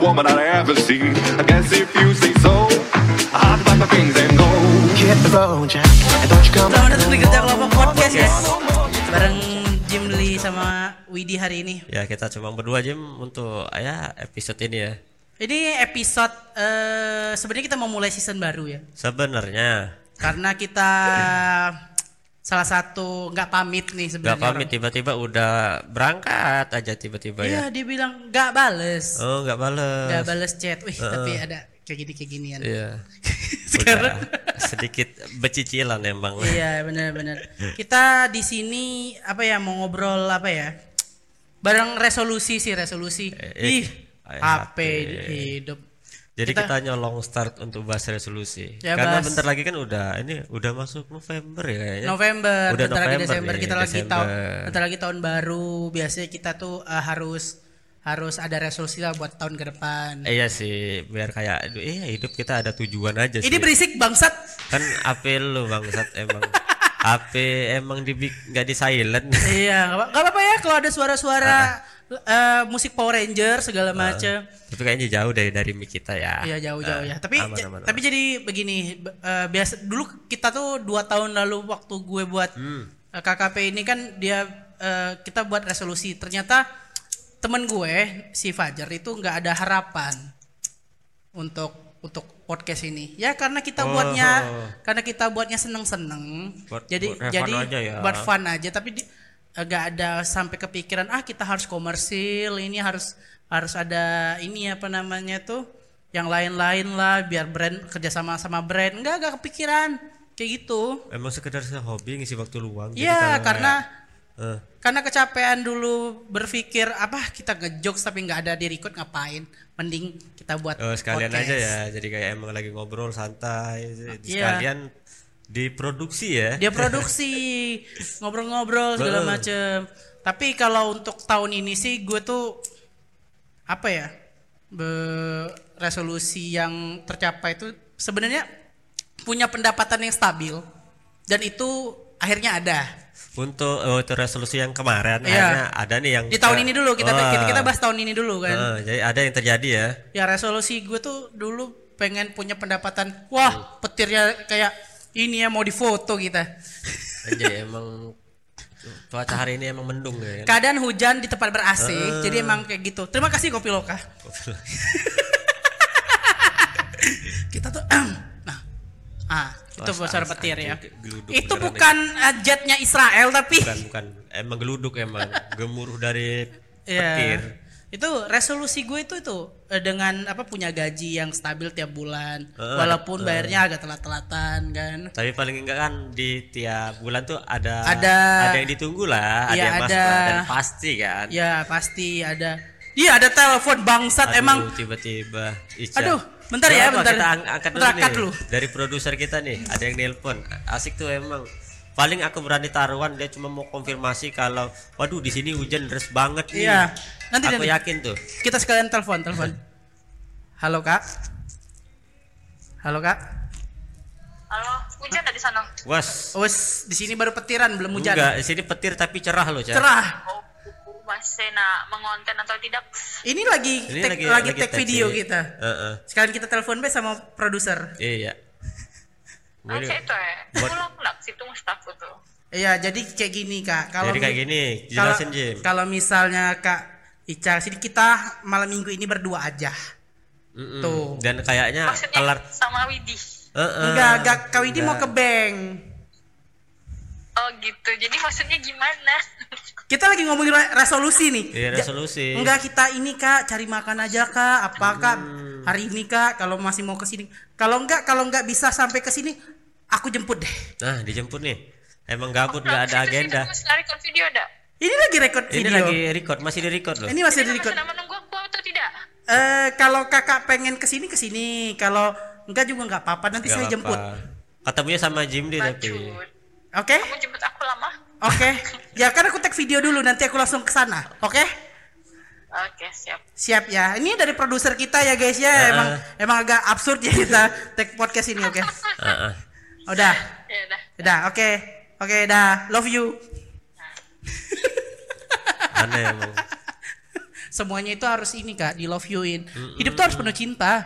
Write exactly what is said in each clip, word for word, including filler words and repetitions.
woman I ever see. I guess if you say so, I'd pack my things and go. Hit the road, Jack, and don't you come. Selamat datang di Kerja Kelompok Podcast ya. Bareng Jim Lee sama Widi hari ini. Ya kita cuma berdua Jim untuk ya episode ini ya. Ini episode uh, sebenarnya kita mau mulai season baru ya. Sebenarnya. Karena kita salah satu nggak pamit nih sebenarnya. Nggak pamit tiba-tiba udah berangkat aja tiba-tiba ya. Iya dia bilang nggak bales. Oh nggak bales. Nggak bales chat. Wih uh, tapi ada kayak gini kayak ginian. Iya. Sekarang sedikit becicilan emang. Iya benar-benar. Kita di sini apa ya mau ngobrol apa ya? Bareng resolusi sih resolusi. Eh, Ih, H P hidup. Jadi kita, kita nyolong start untuk bahas resolusi. Ya, Karena bahas. bentar lagi kan udah ini udah masuk November ya kayaknya. November, udah bentar lagi November Desember, nih, kita lagi Desember. tahun bentar lagi tahun baru. Biasanya kita tuh uh, harus harus ada resolusi lah buat tahun ke depan. Eh, iya sih, biar kayak eh hidup kita ada tujuan aja sih. Ini berisik bangsat. Kan H P lu bangsat emang. H P emang di nggak di silent. Iya, nggak apa-apa ya kalau ada suara-suara uh, musik Power Ranger segala macam. Uh, tapi kayaknya jauh dari dari mic kita ya. Iya jauh-jauh uh, ya. Tapi aman, aman, tapi aman. jadi begini, uh, biasa dulu kita tuh dua tahun lalu waktu gue buat hmm. uh, K K P ini kan dia uh, kita buat resolusi. Ternyata temen gue si Fajar itu nggak ada harapan untuk untuk podcast ini. Ya karena kita oh, buatnya oh. karena kita buatnya seneng-seneng. Buat, jadi buat jadi fun aja ya. buat fun aja. Tapi di, nggak ada sampai kepikiran ah kita harus komersil, ini harus harus ada ini apa namanya tuh yang lain-lain lah biar brand kerjasama sama brand. Enggak enggak kepikiran kayak gitu. Emang sekedar hobi ngisi waktu luang. Iya karena kayak, uh. karena kecapean dulu berpikir apa kita ngejokes tapi nggak ada di record ngapain, mending kita buat oh, sekalian podcast aja ya, jadi kayak emang lagi ngobrol santai iya. Sekalian diproduksi ya. Dia produksi ngobrol-ngobrol segala macem. Tapi kalau untuk tahun ini sih gue tuh apa ya be- resolusi yang tercapai itu sebenarnya punya pendapatan yang stabil dan itu akhirnya ada. Untuk oh, itu resolusi yang kemarin iya. akhirnya ada nih yang di tahun ini dulu kita oh. kita, kita bahas tahun ini dulu kan. Oh, jadi ada yang terjadi ya. Ya resolusi gue tuh dulu pengen punya pendapatan wah petirnya kayak ini ya mau difoto kita. Anjay emang cuaca hari ini emang mendung ya kan? Keadaan hujan di tempat ber-A C uh. jadi emang kayak gitu. Terima kasih Kopi Loka. Kita tuh nah ah itu suara petir ya. Itu bukan uh, jetnya Israel tapi bukan bukan emang geluduk emang gemuruh dari yeah. petir. Itu resolusi gue itu itu dengan apa punya gaji yang stabil tiap bulan uh, walaupun uh. bayarnya agak telat-telatan kan. Tapi paling enggak kan di tiap bulan tuh ada ada, ada yang ditunggu lah, ada ya, yang ada, masuk lah, dan pasti kan. Ya pasti ada. Iya ada telepon bangsat. Aduh, emang tiba-tiba Ica. Aduh bentar ya bentar kita ang- angkat dulu bentar, nih dulu. Dari produser kita nih ada yang nelpon asik tuh emang. Paling aku berani taruhan dia cuma mau konfirmasi kalau waduh di sini hujan deras banget nih. Iya. Nanti aku nanti. yakin tuh. Kita sekalian telepon telepon. Halo Kak. Halo Kak. Halo, hujan ada di sana? Was. Wes di sini baru petiran belum hujan. Enggak, di sini petir tapi cerah loh, Cak. Cerah. Oh, masih nak mengonten atau tidak? Ini lagi Ini take, lagi lagi, lagi take take video sih. kita. Heeh. Sekalian kita telepon be sama produser. Iya. Oke itu ya. Buat- Pulang nak situ staff itu. Iya, jadi kayak gini Kak. Kalau Jadi kayak mi- gini, kalau- jelasin Jim. Kalau misalnya Kak Ica sini kita malam minggu ini berdua aja. Mm-mm. Tuh. Dan kayaknya Maksudnya kelar sama Widi. Heeh. Enggak, enggak Kak Widi mau Enggak. ke bank. Oh gitu. Jadi maksudnya gimana? Kita lagi ngomongin re- resolusi nih. Iya, Ja- resolusi. Enggak kita ini Kak, cari makan aja Kak. Apa Kak Hmm. hari ini Kak kalau masih mau ke sini. Kalau enggak kalau enggak bisa sampai ke sini aku jemput deh. Nah, dijemput nih. Emang gabut Oh, nggak ada situ, agenda. Situ, masih record video ada? Ini lagi record Ini video. lagi record, masih di record loh. Ini masih Jadi di record. masih menunggu aku atau tidak? Eh kalau Kakak pengen ke sini ke sini. Kalau enggak juga enggak apa-apa nanti Nggak saya apa-apa. jemput. Ketemunya sama Jim deh tapi. Lanjut. Oke? Kamu jemput aku lama? Oke. Ya kan aku tag video dulu nanti aku langsung ke sana. Oke? Oke siap. Siap ya. Ini dari produser kita ya guys ya. Uh-uh. Emang emang agak absurd ya kita tag podcast ini, oke? Heeh. Udah. Ya udah. Udah, oke. Oke, dah. Love you. Aneh emang. semuanya itu harus ini Kak, di love you-in. Hidup tuh harus penuh cinta.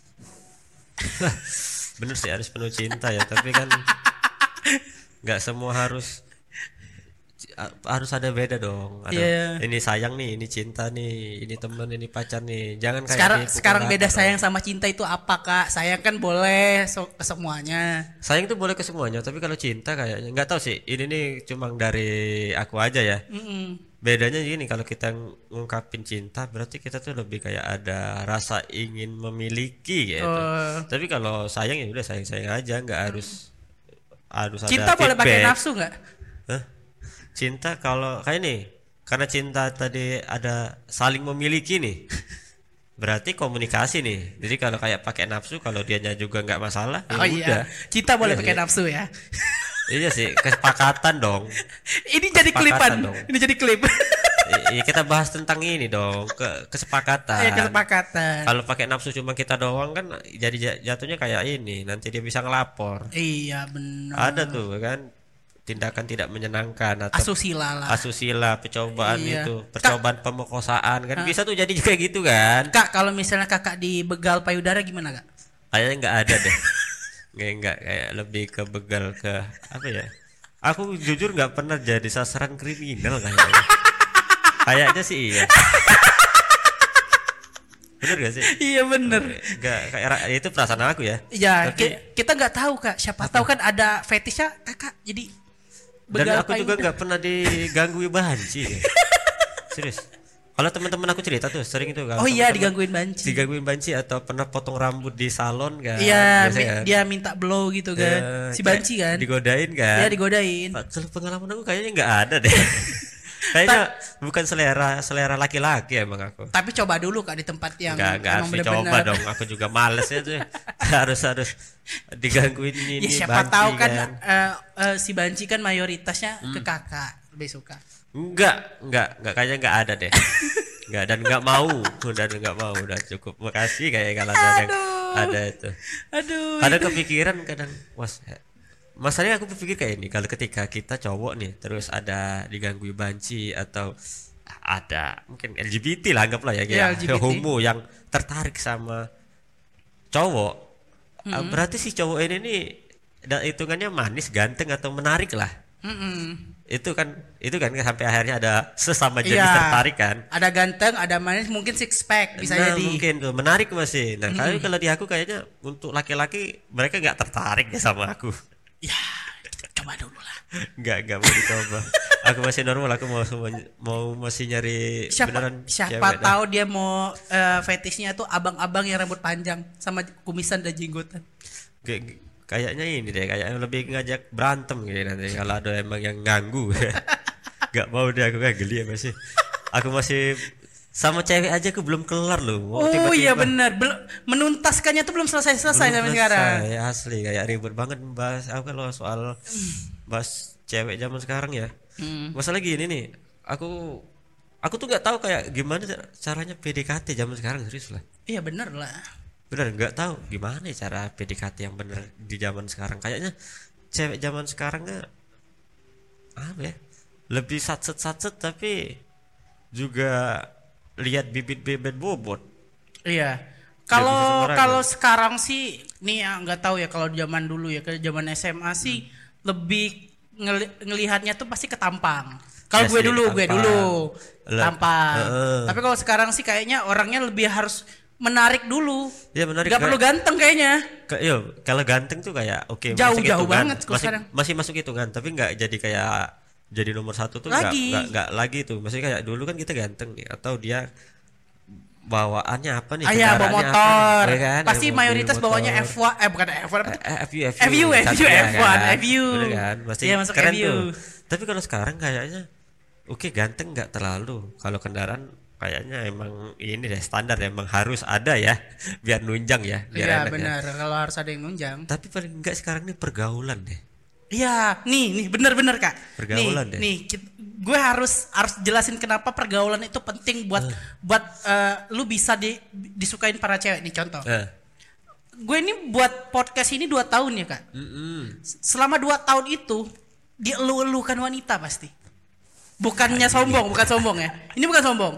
Bener sih harus penuh cinta ya, tapi kan nggak semua harus harus ada beda dong. Ada Yeah. ini sayang nih, ini cinta nih, ini teman, ini pacar nih. Jangan kayak Sekarang dipukul sekarang rata beda dong. sayang sama cinta itu apa Kak? Sayang kan boleh so, ke semuanya. Sayang tuh boleh ke semuanya, tapi kalau cinta kayaknya nggak tahu sih. Ini nih cuma dari aku aja ya. Mm-mm. Bedanya gini, kalau kita ngungkapin cinta berarti kita tuh lebih kayak ada rasa ingin memiliki gitu. Oh. Tapi kalau sayang ya udah sayang-sayang aja, nggak harus harus Cinta ada boleh pakai feedback. nafsu nggak? Hah? Cinta kalau kayak nih, karena cinta tadi ada saling memiliki nih. Berarti komunikasi nih. Jadi kalau kayak pakai nafsu, kalau dianya juga nggak masalah, ya Oh iya. udah. Cinta boleh Iya pakai sih. nafsu ya. Iya sih, kesepakatan dong. Ini jadi Kesepakatan klipan. dong. Ini jadi klip. Iya, kita bahas tentang ini dong, ke kesepakatan. Ya kesepakatan. Kalau pakai nafsu cuma kita doang kan jadi ja- jatuhnya kayak ini, nanti dia bisa ngelapor. Iya benar. Ada tuh kan tindakan tidak menyenangkan atau Asusila lah. asusila, percobaan Iya. itu, percobaan pemerkosaan kan bisa tuh jadi juga gitu kan. Kak, kalau misalnya kakak dibegal payudara gimana Kak? Kayaknya nggak ada deh. Nggak nggak kayak lebih ke begal ke apa ya? Aku jujur nggak pernah jadi sasaran kriminal kayaknya. Kayaknya sih iya. Bener gak sih? Iya bener. Nggak kayak ra- itu perasaan aku ya. Ya Tapi- ki- kita nggak tahu Kak. Siapa tahu kan ada fetishnya kakak. Jadi Dan begal aku juga nggak pernah digangguin banci. Serius. Kalau teman-teman aku cerita tuh sering itu. Oh iya digangguin banci. Digangguin banci atau pernah potong rambut di salon kan? Iya Biasa mi- kan? dia minta blow gitu kan. Eh, Si kayak banci kan. Digodain kan? Iya digodain. Pak, kalau pengalaman aku kayaknya nggak ada deh. Kayaknya bukan selera selera laki-laki emang aku. Tapi coba dulu Kak di tempat yang Nggak nggak harus emang dicoba bener-bener. dong. Aku juga males ya tuh. harus harus digangguin ini. Ya siapa banci tahu kan, eh, eh, si banci kan mayoritasnya Hmm. ke kakak lebih suka. Enggak, enggak, enggak kayaknya enggak ada deh. Enggak dan enggak mau, dan enggak mau udah cukup. Makasih kayak kalau ada yang ada itu. Aduh. Kadang itu- kepikiran kadang was masalahnya aku berpikir kayak ini, kalau ketika kita cowok nih terus ada diganggu banci atau ada mungkin L G B T lah anggaplah ya Iya, kayak L G B T. homo yang tertarik sama cowok. ah, Berarti si cowok ini nih da- hitungannya manis, ganteng atau menarik lah. Mm-mm. Itu kan itu kan sampai akhirnya ada sesama jenis Iya. tertarik kan. Ada ganteng, ada manis, mungkin six pack bisa Nah, jadi. mungkin tuh menarik masih. Nah, kalau kalau di aku kayaknya untuk laki-laki mereka nggak tertarik ya sama aku. Ya, coba dulu lah. Nggak nggak mau dicoba. Aku masih normal, aku mau semua- mau masih nyari Siapa beneran siapa cewek dah. tahu dia mau eh, fetishnya tuh abang-abang yang rambut panjang sama kumisan dan jenggotan. Kayak- kayaknya ini deh, kayaknya lebih ngajak berantem gitu nanti kalau ada emang yang ganggu. Nggak mau deh aku, kayak geli ya masih. Aku masih sama cewek aja aku belum kelar loh. Mau Oh tiba-tiba- iya benar, belum menuntaskannya tuh belum selesai-selesai Belum sampai sekarang. selesai, asli kayak ribet banget membahas aku kalau soal bahas cewek zaman sekarang ya. Hmm. Masalah gini nih, aku aku tuh nggak tahu kayak gimana caranya P D K T zaman sekarang, serius lah. Iya benar lah. Bener nggak tahu gimana ya cara P D K T yang bener di zaman sekarang. Kayaknya cewek zaman sekarang nggak apa ya, lebih satset satset tapi juga lihat bibit-bibit bobot. Iya. bisa Kalau sembarangan. kalau sekarang sih nih ya nggak tahu ya, kalau zaman dulu ya, ke zaman S M A sih lebih ngeli- ngelihatnya tuh pasti ke tampang. Kalau Ya gue sih, dulu, gue tampang. dulu Le- tampang. Heeh. Tapi kalau sekarang sih kayaknya orangnya lebih harus menarik dulu. Ya menarik. Gak perlu ganteng kayaknya. Ke, yo, kalau ganteng tuh kayak oke Jauh- masuk jauh hitungan. banget kalau masih sekarang. masih masuk hitungan tapi nggak jadi kayak jadi nomor satu tuh nggak Lagi. nggak nggak lagi tuh. Maksudnya kayak dulu kan kita ganteng nih atau dia bawaannya apa nih? Ah ya, bawa kendaraannya apa motor. nih? Ya kan? Pasti Ya, mobil, mayoritas motor. bawanya F satu eh bukan F satu apa tuh? Eh, F U F F U, F U, Satria F satu, kan? F U. Bener kan? Pasti Iya, masuk keren F U. tuh. Tapi kalau sekarang kayaknya oke ganteng nggak terlalu. Kalau kendaraan kayaknya emang ini deh standar, emang harus ada ya biar nunjang ya, biar Iya enak ya. benar, kalau harus ada yang nunjang. Tapi paling enggak sekarang nih pergaulan deh. Iya, nih nih benar-benar Kak. Pergaulan nih, deh. Nih, kit- gue harus harus jelasin kenapa pergaulan itu penting buat buat eh, lu bisa di, disukain para cewek nih, contoh. Eh. Gue ini buat podcast ini dua tahun ya Kak. Mm-mm. Selama dua tahun itu dielu-elukan wanita pasti. Bukannya sombong, bukan sombong ya. Ini bukan sombong.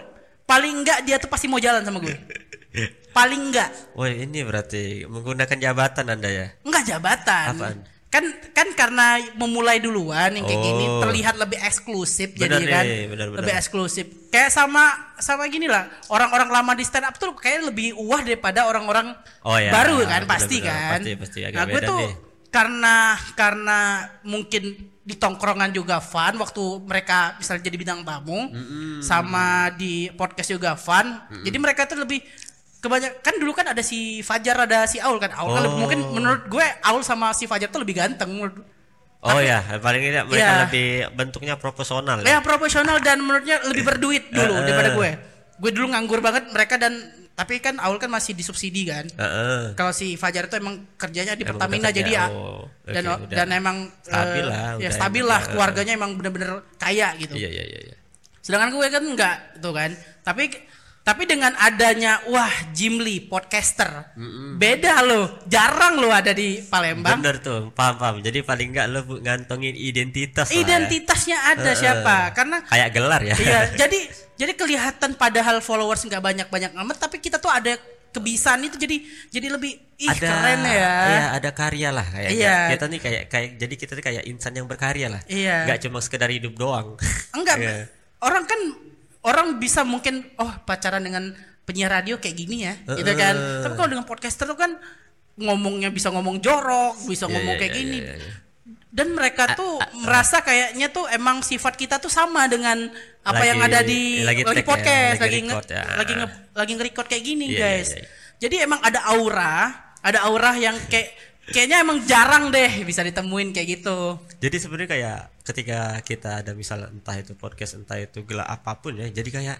paling enggak dia tuh pasti mau jalan sama gue. Paling enggak. Wah ini berarti menggunakan jabatan Anda ya? Enggak jabatan. Apaan? Kan kan karena memulai duluan yang kayak Oh. gini terlihat lebih eksklusif Bener jadi kan. nih, bener, bener. Lebih eksklusif. Kayak sama sama gini lah. Orang-orang lama di stand up tuh kayak lebih uah daripada orang-orang Oh, ya. baru kan Bener, pasti bener. kan. Pasti, pasti agak nah, gue beda tuh nih. karena karena mungkin di tongkrongan juga fun waktu mereka misalnya jadi bintang tamu sama di podcast juga fun. Jadi mereka tuh lebih kebanyakan kan dulu kan ada si Fajar ada si Aul kan. Aul kan Oh. lebih- mungkin menurut gue Aul sama si Fajar tuh lebih ganteng menurut Oh ya, paling tidak mereka Iya. lebih bentuknya proporsional ya ya. profesional dan menurutnya lebih berduit dulu Eh, eh. daripada gue. Gue dulu nganggur banget mereka dan tapi kan Aul kan masih disubsidi kan. Heeh. Kalau si Fajar itu emang kerjanya di Emang Pertamina udah kerja, jadi ya oh, dan oke, udah dan emang stabil eh, lah, ya udah stabil emang, lah eh, keluarganya emang bener-bener kaya gitu. Iya iya iya iya. Sedangkan gue kan enggak tuh kan. Tapi tapi dengan adanya wah Jimli podcaster beda loh, jarang lo ada di Palembang. Bener tuh, paham paham. Jadi paling enggak lo bu- ngantongin identitas lah ya. Identitasnya ada Eh, siapa? Karena Kayak gelar ya. iya, jadi jadi kelihatan padahal followers nggak banyak-banyak amat, tapi kita tuh ada kebiasaan itu jadi jadi lebih ih ada keren ya. Iya, ada karya lah kayak Iya. kita nih kayak kayak jadi kita tuh kayak insan yang berkarya lah. Iya. Enggak cuma sekedar hidup doang. Enggak, Iya. orang kan orang bisa mungkin oh pacaran dengan penyiar radio kayak gini ya, gitu kan. Tapi kalau dengan podcaster tuh kan ngomongnya bisa ngomong jorok, bisa Iya, ngomong iya, kayak iya, gini. iya, iya. Dan mereka tuh merasa kayaknya tuh emang sifat kita tuh sama dengan apa Lagi- yang ada di lagi lagi, take ya, podcast, lagi lagi nge, record ya. lagi nge, lagi nge-record kayak gini, Iya, guys. iya, iya. Jadi emang ada aura, ada aura yang kayak kayaknya emang jarang deh bisa ditemuin kayak gitu. Jadi sebenarnya kayak ketika kita ada misal entah itu podcast entah itu gelar apapun ya, jadi kayak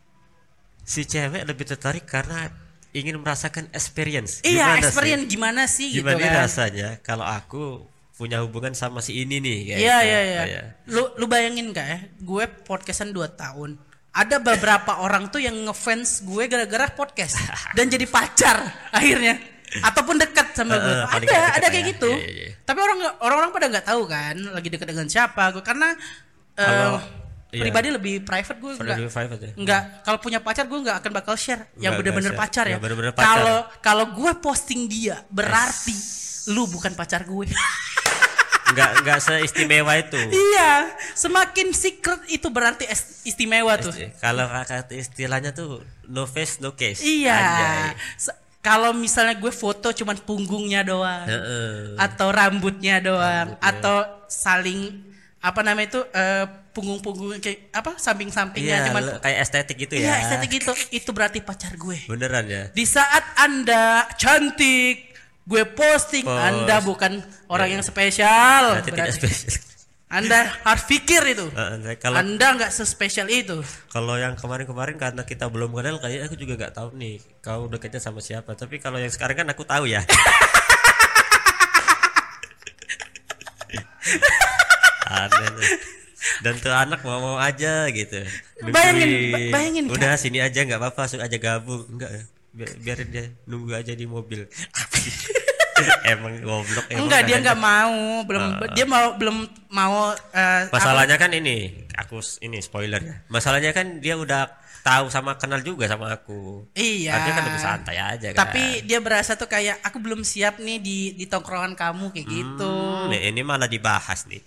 si cewek lebih tertarik karena ingin merasakan experience. Iya, Gimana sih? experience gimana sih gitu Gimana kan. rasanya kalau aku punya hubungan sama si ini nih kayak Iya gitu. iya iya. Kayak, Lu lu bayangin gak ya? Gue podcastan dua tahun. Ada beberapa orang tuh yang ngefans gue gara-gara podcast dan jadi pacar akhirnya ataupun dekat sama gue. Eh, eh, paling Ada dekat ada lah kayak ya. gitu. Iya, iya, iya. Tapi orang orang-orang pada nggak tahu kan lagi dekat dengan siapa gue karena eh, Kalau- iya. pribadi lebih private gue Pada enggak. lebih private ya? Enggak, kalau punya pacar gue nggak akan bakal share yang Nggak, bener-bener nggak pacar share. ya. Yang bener-bener pacar. Kalau kalau gue posting dia berarti lu bukan pacar gue. Enggak enggak seistimewa itu. Iya, semakin secret itu berarti es- istimewa tuh. Kalau kata istilahnya tuh no face no case. Iya. Anjay. Se- Kalau misalnya gue foto cuman punggungnya doang, Heeh. atau rambutnya doang, atau saling apa namanya itu eh, punggung-punggung kayak apa samping-sampingnya Iya, cuman lo- kayak estetik gitu iya ya. estetik gitu, itu berarti pacar gue. Beneran ya. Di saat Anda cantik, gue posting, Post. Anda bukan orang yang spesial. Berarti tidak Berarti. spesial. Anda harus pikir itu. Heeh, kalau Anda nggak sespesial itu. kalau yang kemarin-kemarin karena kita belum kenal kayak aku juga nggak tahu nih kau dekatnya sama siapa. Tapi kalau yang sekarang kan aku tahu ya. Aneh nih. Dan tuh anak mau-mau aja gitu. Nungguin. Bayangin, ba- bayangin, Kak. Udah sini aja nggak apa-apa, langsung aja gabung. Enggak ya. Bi- biarin dia nunggu aja di mobil. Emang goblok emang. Enggak, dia kadang- nggak mau, belum dia mau belum mau eh, Masalahnya kan ini, aku s- ini spoiler ya. Masalahnya kan dia udah tahu sama kenal juga sama aku. apa- iya. Artinya kan lebih santai aja kan. Tapi dia berasa tuh kayak aku belum siap nih di di tongkrongan kamu kayak gitu. Hmm, nih, ini malah dibahas nih.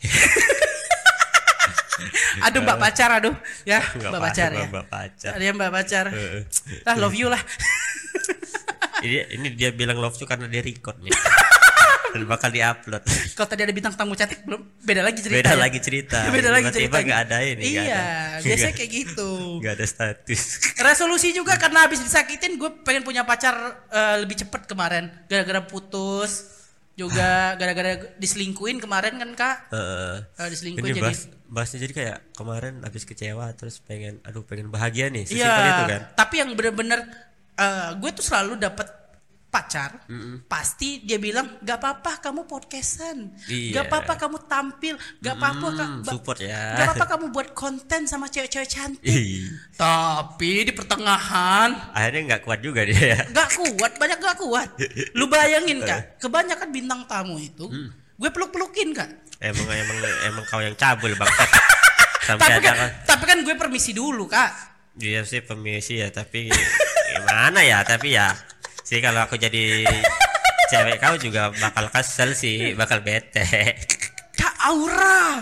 Aduh Mbak pacar, aduh ya Nggak Mbak apa-apa, pacar ya. Mbak pacar. Dia Mbak pacar. Heeh. Lah love you lah. ini ini dia bilang love you karena dia record nih. Dan bakal diupload. Kalau tadi ada bintang tamu cantik belum beda lagi cerita. Beda ya? lagi cerita. Beda lagi Tiba-tiba cerita. nggak ada ini, nggak Iya, ada. biasanya Nggak- kayak gitu. Nggak ada status. Resolusi juga karena habis disakitin gue pengen punya pacar eh, lebih cepet kemarin gara-gara putus juga gara-gara diselingkuin kemarin kan Kak. Heeh. Eh, diselingkuhin Ini jadi bahas, bahasnya jadi kayak kemarin habis kecewa terus pengen aduh pengen bahagia nih. iya. Sesimpel itu kan. Tapi yang bener-bener eh, gue tuh selalu dapet pacar, pasti dia bilang gak apa-apa kamu podcastan, Iya. gak apa-apa kamu tampil, gak apa-apa Hmm, Kak, ba- support ya. gak apa-apa kamu buat konten sama cewek-cewek cantik. Ih. Tapi di pertengahan Akhirnya nggak kuat juga dia ya. gak kuat, banyak gak kuat. Lu bayangin Kak, kebanyakan bintang tamu itu Hmm. gue peluk-pelukin Kak. Emang emang emang kau yang cabul bang. Sampai Tapi ada kan, kan. tapi kan gue permisi dulu Kak. Iya sih permisi ya, tapi gimana ya, tapi ya sih kalau aku jadi cewek kau juga bakal kesel sih, bakal bete. Kak Aura.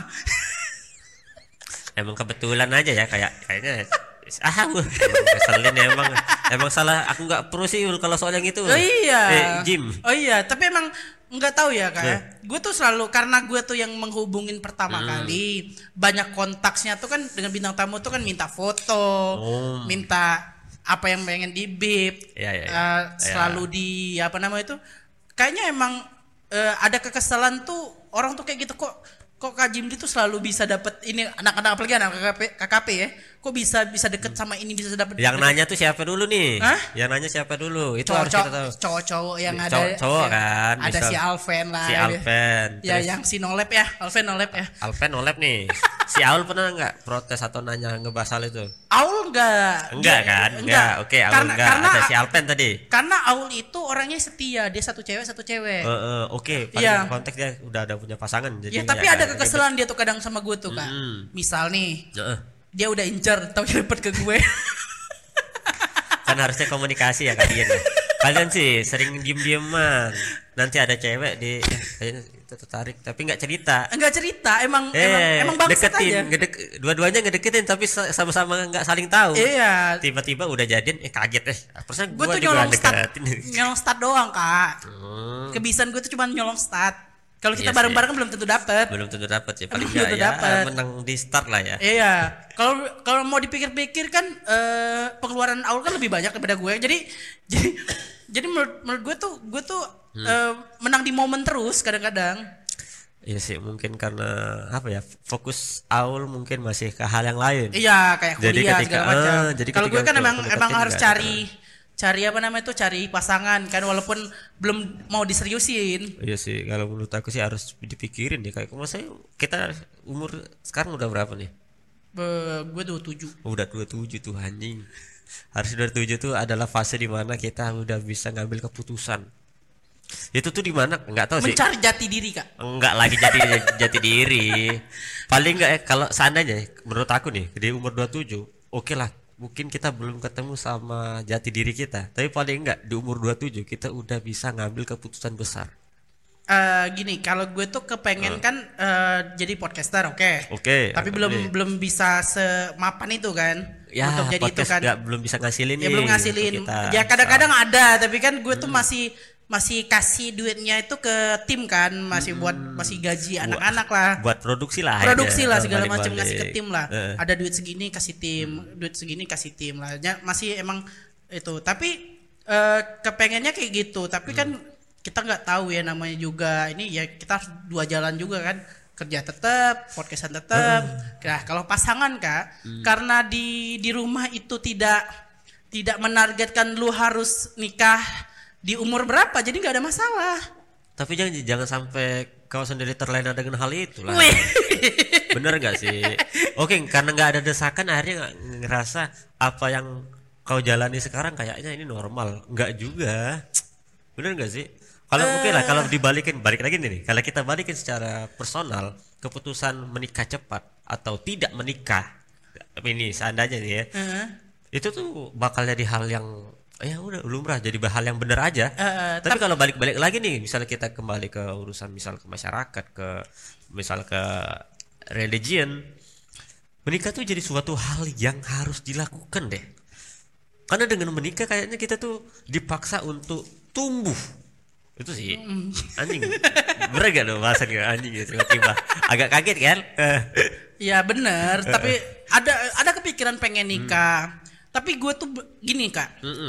Emang kebetulan aja ya, kayak kayaknya ah emang keselin emang emang salah aku nggak pro sih Ul, kalau soal yang itu. Oh iya. Eh, Jim. Oh iya, tapi emang nggak tahu ya kak. Eh. Gue tuh selalu karena gue tuh yang menghubungin pertama Hmm. kali, banyak kontaksnya tuh kan dengan bintang tamu tuh kan minta foto, Oh. minta apa yang pengen di bip, Iya, iya, iya. eh, Iya. selalu di apa namanya itu. Kayaknya emang eh, ada kekesalan tuh orang tuh kayak gitu kok. Kok Kak Jimli tuh selalu bisa dapet ini anak-anak apalagi anak K K P, K K P ya. Kok bisa bisa deket sama ini bisa dapet Yang deket- nanya tuh siapa dulu nih? Hah? Yang nanya siapa dulu? Itu harus kita tahu. cowok cowok-cowok yang ada Cowok- cowok ya, kan, ada misal si Alven lah Si ya. Alven. Ya Terus yang si Nolep ya, Alven Nolep ya. Alven nolep nih. Si Aul pernah nggak protes atau nanya ngebahas hal itu? Aul enggak. Enggak Dia- kan? Enggak. Oke, Aul karena, enggak. Karena, Ada si Alven tadi. karena Aul itu orangnya setia, dia satu cewek satu cewek. Eh, eh, Oke, paling Iya. konteks dia udah ada punya pasangan. Jadi ya tapi nggak- ada nggak kekesalan dia tuh kadang sama gue tuh kak. Mm. Misal nih, ribet. Heeh. dia udah incer, tapi dapat ke gue. Kan harusnya komunikasi ya kalian ya. Kalian sih sering diem-dieman. Nanti ada cewek di eh, kayaknya itu tertarik tapi nggak cerita. Enggak cerita, emang emang Eh, emang bangsat deketin, aja. ngedek- dua-duanya ngedeketin tapi sa- sama-sama nggak saling tahu. Iya. Tiba-tiba udah jadian, eh kaget eh. Perasaan Gue gua tuh juga nyolong stat, deketin. nyolong stat doang kak. Hmm, Kebiasaan gue tuh cuma nyolong stat. Kalau kita Iya bareng-bareng kan belum tentu dapet. belum tentu dapat sih, paling Belum nggak tentu ya dapet. menang di start lah ya. Iya. Kalau kalau mau dipikir-pikir kan eh, pengeluaran Aul kan lebih banyak daripada gue. Jadi jadi jadi menurut, menurut gue tuh gue tuh Hmm. eh, menang di momen terus kadang-kadang. Iya sih, mungkin karena apa ya, fokus Aul mungkin masih ke hal yang lain. Iya kayak Jadi kuliah ketika- segala macam. ah, jadi Kalau gue ketika kan untuk emang mendekatin emang harus nggak ada. cari cari apa namanya itu cari pasangan kan walaupun belum mau diseriusin. Iya sih, kalau menurut aku sih harus dipikirin ya, kayak masa kita umur sekarang udah berapa nih? Be, gue dua puluh tujuh. Oh, udah dua puluh tujuh tuh anjing. Harus dua puluh tujuh tuh adalah fase di mana kita udah bisa ngambil keputusan. Itu tuh di mana? Enggak tahu sih. Mencari jati diri kak. Enggak lagi jadi jati diri. Paling enggak ya, kalau seandainya menurut aku nih di umur dua puluh tujuh, oke lah. Mungkin kita belum ketemu sama jati diri kita, tapi paling enggak di umur dua puluh tujuh kita udah bisa ngambil keputusan besar. Eh gini, kalau gue tuh kepengen kan eh, jadi podcaster, oke. Oke. Tapi oke. belum belum bisa semapan itu kan. Ya, untuk jadi itu podcast kan. nggak- belum bisa ngasilin Ya nih belum ngasilin. untuk kita. Ya kadang-kadang ada, tapi kan gue tuh masih masih kasih duitnya itu ke tim kan, masih buat masih gaji anak-anak lah. Buat produksi lah. Produksi aja, lah segala macam balik-balik. ngasih ke tim lah. Eh. Ada duit segini kasih tim, duit segini kasih tim lah. Ya, masih emang itu. Tapi eh, kepengennya kayak gitu. Tapi kan kita nggak tahu ya namanya juga ini ya kita harus dua jalan juga kan. Kerja tetap, podcastan tetap. Nah, kalau pasangan Kak, karena di di rumah itu tidak tidak menargetkan lu harus nikah di umur berapa, jadi nggak ada masalah. Tapi jangan jangan sampai kau sendiri terlena dengan hal itu lah. Wih. Bener gak sih? Oke, karena nggak ada desakan akhirnya nggak ngerasa apa yang kau jalani sekarang kayaknya ini normal. Nggak juga. Bener gak sih? Kalau oke lah, kalau dibalikin, balik lagi nih. Kalau kita balikin secara personal, keputusan menikah cepat atau tidak menikah, ini seandainya nih ya, Heeh. itu tuh bakal jadi hal yang ya udah lumrah, jadi hal yang benar aja. Eh, Tapi kalau balik-balik lagi nih, misalnya kita kembali ke urusan misal ke masyarakat, ke misal ke religion, menikah tuh jadi suatu hal yang harus dilakukan deh. Karena dengan menikah kayaknya kita tuh dipaksa untuk tumbuh. Itu sih anjing. Bener gak lo bahasa gak anjing ya, tiba-tiba agak kaget kan? Ya bener, tapi ada ada kepikiran pengen nikah. Tapi gue tuh be- gini Kak, Mm-mm.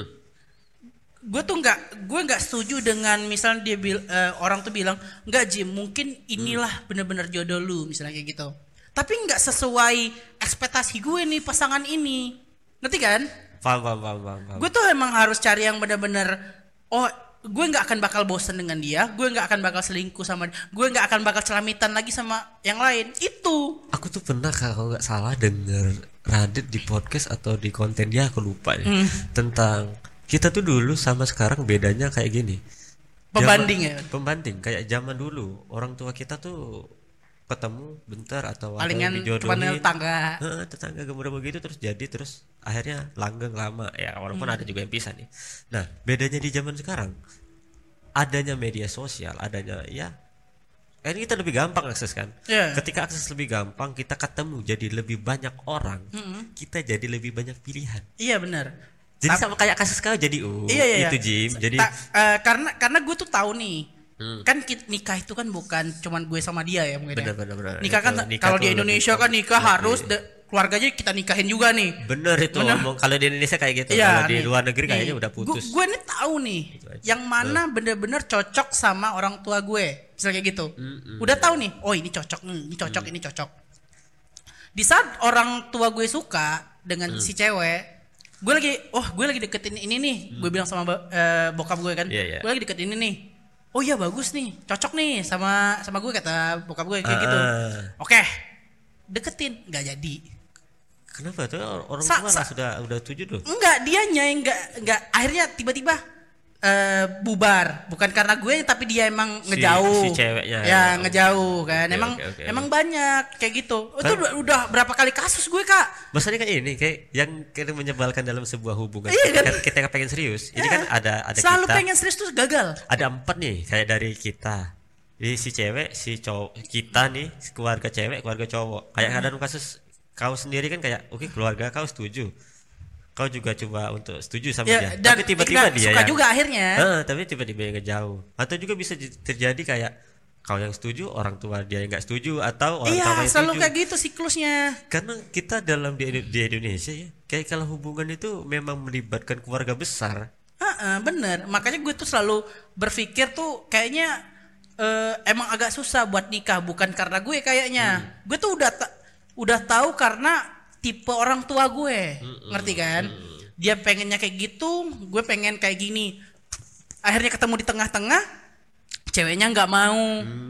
gue tuh nggak gue nggak setuju dengan misalnya dia bil, eh, orang tuh bilang nggak Jim mungkin inilah bener-bener jodoh lu misalnya kayak gitu. Tapi nggak sesuai ekspektasi gue nih pasangan ini, ngerti kan? Paham, paham, paham, paham, paham. Gue tuh emang harus cari yang bener-bener oh gue nggak akan bakal bosen dengan dia, gue nggak akan bakal selingkuh sama dia, gue nggak akan bakal celamitan lagi sama yang lain itu. Aku tuh pernah kalau nggak salah denger Radit di podcast atau di konten dia, aku lupa ya, tentang kita tuh dulu sama sekarang bedanya kayak gini. Pembanding Zaman- ya? Pembanding kayak zaman dulu orang tua kita tuh ketemu bentar atau ada Palingan yang cuma dijodohin. tangga. Heeh, tetangga gemuk begitu terus jadi terus akhirnya langgeng lama ya, walaupun Hmm. ada juga yang pisah nih. Nah bedanya di zaman sekarang, adanya media sosial, adanya ya ini kita lebih gampang akses kan. Iya. Ketika akses lebih gampang, kita ketemu jadi lebih banyak orang, Mm-mm. kita jadi lebih banyak pilihan. Iya benar. Jadi Tap- sama kayak kasus kau jadi oh Iya, iya, itu iya. Jim. Jadi Ta- eh, karena karena gue tuh tahu nih, Hmm. kan ki- nikah itu kan bukan cuman gue sama dia ya mungkin ya. Benar, benar, benar. Nikah kan Itu nikah kalau tuh di lebih Indonesia kom- kan nikah iya, harus iya. de- keluarganya kita nikahin juga nih. bener itu Bener. ngomong kalau di Indonesia kayak gitu. Iya, Kalau di nih. luar negeri kayaknya Nih, udah putus. Gue nih tahu nih Gitu aja. yang mana bener-bener cocok sama orang tua gue. Misalnya kayak gitu. Mm-mm. Udah tahu nih, oh ini cocok, hmm, ini cocok, ini cocok. Di saat orang tua gue suka dengan Mm. si cewek, gue lagi, oh gue lagi deketin ini nih. Gue bilang sama ba- eh, bokap gue kan, Mm. Iya, iya. gue lagi deketin ini nih. Oh iya bagus nih, cocok nih sama sama gue kata bokap gue kayak gitu. Ah. Oke, deketin, nggak jadi. Kenapa tuh orang Sa- tua sa- lah sudah udah tujuh tuh. Enggak, dianya yang enggak enggak akhirnya tiba-tiba eh, bubar. Bukan karena gue tapi dia emang Si- ngejauh. si ceweknya. Ya, Oh. ngejauh kan. Oke, emang oke, oke, emang oke. banyak kayak gitu. Oh, itu Kan- udah, udah berapa kali kasus gue, Kak? Maksudnya kayak ini kayak yang kayak menyebalkan dalam sebuah hubungan. Iya, kan? Ketika kita pengen serius, ini Ya. kan ada ada Selalu kita. pengen serius tuh gagal. Ada empat nih kayak dari kita. Jadi si cewek, si cowok, kita nih keluarga cewek, keluarga cowok. Kayak Hmm. ada kasus kau sendiri kan kayak oke keluarga kau setuju. Kau juga coba untuk setuju sama Ya, dia. dan Tapi tiba-tiba enggak, dia suka yang juga akhirnya. Eh, tapi tiba-tiba yang ngejauh. Atau juga bisa j- terjadi kayak kau yang setuju, orang tua dia yang nggak setuju, atau orang tua Iya, yang selalu setuju. kayak gitu siklusnya. Karena kita dalam di, di Indonesia ya, kayak kalau hubungan itu memang melibatkan keluarga besar. Heeh, bener. Makanya gue tuh selalu berpikir tuh kayaknya eh, emang agak susah buat nikah, bukan karena gue kayaknya. Hmm. Gue tuh udah ta- udah tahu karena tipe orang tua gue, Hmm, ngerti kan? Dia pengennya kayak gitu, gue pengen kayak gini. Akhirnya ketemu di tengah-tengah, ceweknya nggak mau.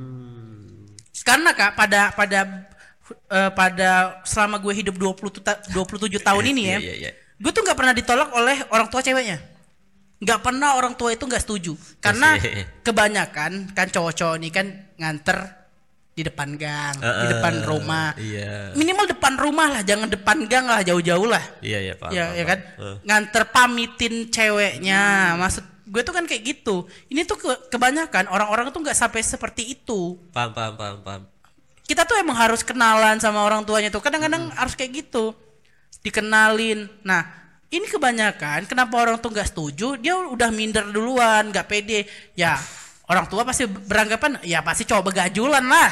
Hmm. Karena Kak pada pada eh, pada selama gue hidup dua puluh ta- dua puluh tujuh tahun ini ya. Iya, iya, iya. Gue tuh nggak pernah ditolak oleh orang tua ceweknya. Nggak pernah orang tua itu nggak setuju. Karena Asik. kebanyakan kan cowok-cowok ini kan nganter di depan gang, di Eh, depan rumah. Iya. Minimal depan rumah lah, jangan depan gang lah, jauh-jauh lah. Iya, iya, paham. Ya, paham, ya kan? paham. Eh. Nganter pamitin ceweknya. Maksud gue tuh kan kayak gitu. Ini tuh ke- kebanyakan orang-orang tuh nggak sampai seperti itu. Paham, paham, paham, paham. Kita tuh emang harus kenalan sama orang tuanya tuh. Kadang-kadang Hmm. harus kayak gitu. Dikenalin. Nah, ini kebanyakan kenapa orang tuh nggak setuju, dia udah minder duluan, nggak pede. Ya, orang tua pasti beranggapan ya pasti cowok begajulan lah.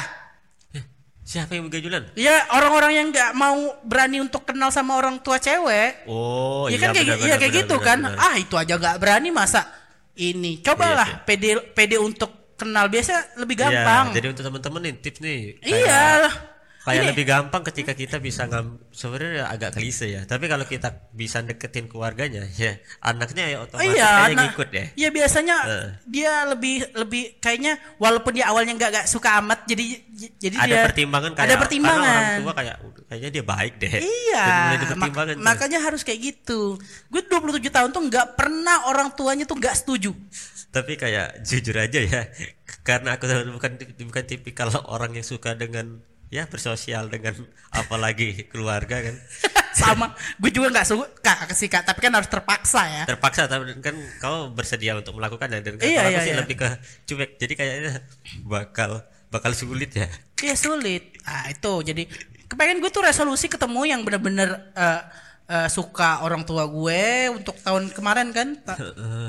Siapa yang begajulan? Ya, orang-orang yang nggak mau berani untuk kenal sama orang tua cewek. Oh, ya iya kan kayak, benar, iya benar, kayak benar, gitu benar, kan. benar. Ah, itu aja nggak berani masa ini. Cobalah Iya, pede pede untuk kenal biasa lebih Iya, gampang. jadi untuk teman-teman nih tips nih. Iya. Kayak Ini- lebih gampang ketika kita bisa ngam sebenarnya agak klise ya. Tapi kalau kita bisa deketin keluarganya, ya anaknya ya otomatis Iya, kayaknya nah, ngikut deh. Iya biasanya Eh. dia lebih lebih kayaknya walaupun dia awalnya nggak nggak suka amat, jadi jadi Ada dia pertimbangan kayak ada pertimbangan. karena orang tua kayak "Udah, kayaknya dia baik deh. Iya, Jadi mulai mak- dipertimbangkan tuh. makanya harus kayak gitu. Gue dua puluh tujuh tahun tuh nggak pernah orang tuanya tuh nggak setuju. Tapi kayak jujur aja ya, karena aku bukan bukan tipikal orang yang suka dengan ya bersosial dengan apalagi keluarga kan. Sama, gue juga nggak suka sih Kak, tapi kan harus terpaksa ya. Terpaksa tapi kan kau bersedia untuk melakukannya dan Iya, kalau aku iya, sih iya. lebih ke cuek. Jadi kayaknya bakal bakal sulit ya. Iya sulit. Ah itu jadi kepengen gue tuh resolusi ketemu yang bener-bener eh, eh, suka orang tua gue untuk tahun kemarin kan. Ta-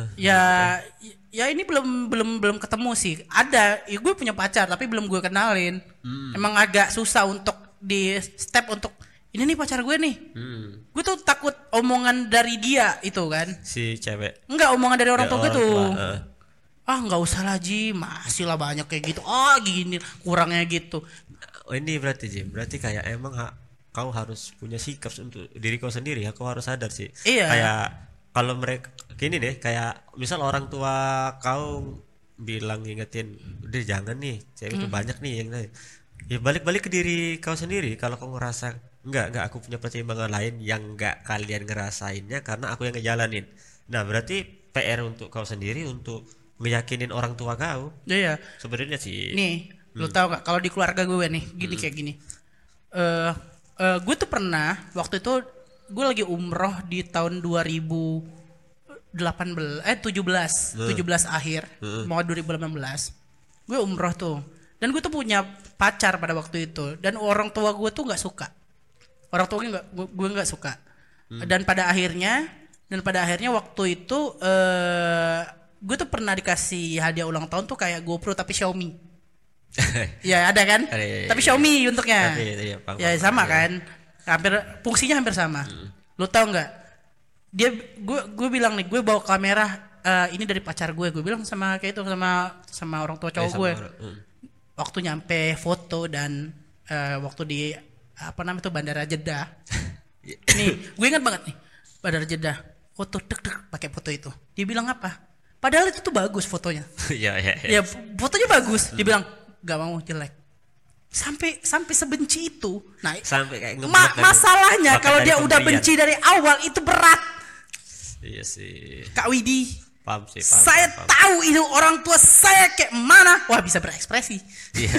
ya ya ini belum belum belum ketemu sih. Ada, ya gue punya pacar tapi belum gue kenalin. Emang agak susah untuk di step untuk ini nih pacar gue nih. Hmm, Gue tuh takut omongan dari dia itu kan. si cewek. Enggak, omongan dari orang Ya, tua gue orang tuh. tua, eh. Ah nggak usah lah Ji, masih lah banyak kayak gitu. Ah gini kurangnya gitu. Oh ini berarti Jim, berarti kayak emang ha, kau harus punya sikap untuk diri kau sendiri ya, kau harus sadar sih. Iya. Kayak kalau mereka gini deh, kayak misal orang tua kau bilang ngingetin, udah jangan nih, cewek itu Hmm. banyak nih yang lain. Ya balik-balik ke diri kau sendiri. Kalau kau ngerasa enggak enggak aku punya pertimbangan lain yang enggak kalian ngerasainnya karena aku yang ngejalanin. Nah berarti P R untuk kau sendiri untuk meyakinin orang tua kau Iya. sebenarnya sih. Nih, lu tahu gak kalau di keluarga gue nih, gini kayak gini. Eh eh, gue tuh pernah waktu itu gue lagi umroh di tahun dua ribu delapan belas eh tujuh belas Uh. tujuh belas akhir Uh. mau dua ribu delapan belas gue umroh tuh, dan gue tuh punya pacar pada waktu itu, dan orang tua gue tuh nggak suka, orang tua gue nggak gue nggak suka. Hmm. dan pada akhirnya dan pada akhirnya waktu itu uh, gue tuh pernah dikasih hadiah ulang tahun tuh kayak GoPro tapi Xiaomi. Ya ada kan, Ada, ya, ya, tapi ya. Xiaomi bentuknya. Tapi, ya, paham, Ya paham, sama ya. kan, hampir fungsinya hampir sama. Hmm. Lo tau nggak? Dia gue gue bilang nih, gue bawa kamera uh, ini dari pacar gue. Gue bilang sama kayak itu sama sama orang tua cowok Eh, sama gue. orang, hmm. Waktu nyampe foto dan uh, waktu di apa namanya tuh Bandara Jeddah. Nih, gue ingat banget nih Bandara Jeddah. Foto dek dek pakai foto itu. Dia bilang apa? Padahal itu tuh bagus fotonya. ya, ya, ya. Ya fotonya bagus. Dia bilang gak mau, jelek. Sampai sampai sebenci itu. Nah, Sampai kayak ma- ngeblok dari- masalahnya bahkan kalau dari dia udah pemberian. benci dari awal itu berat. Iya sih. Kak Widi, Paham sih, paham. saya paham, paham. tahu itu orang tua saya kayak mana. Wah, bisa berekspresi. Iya.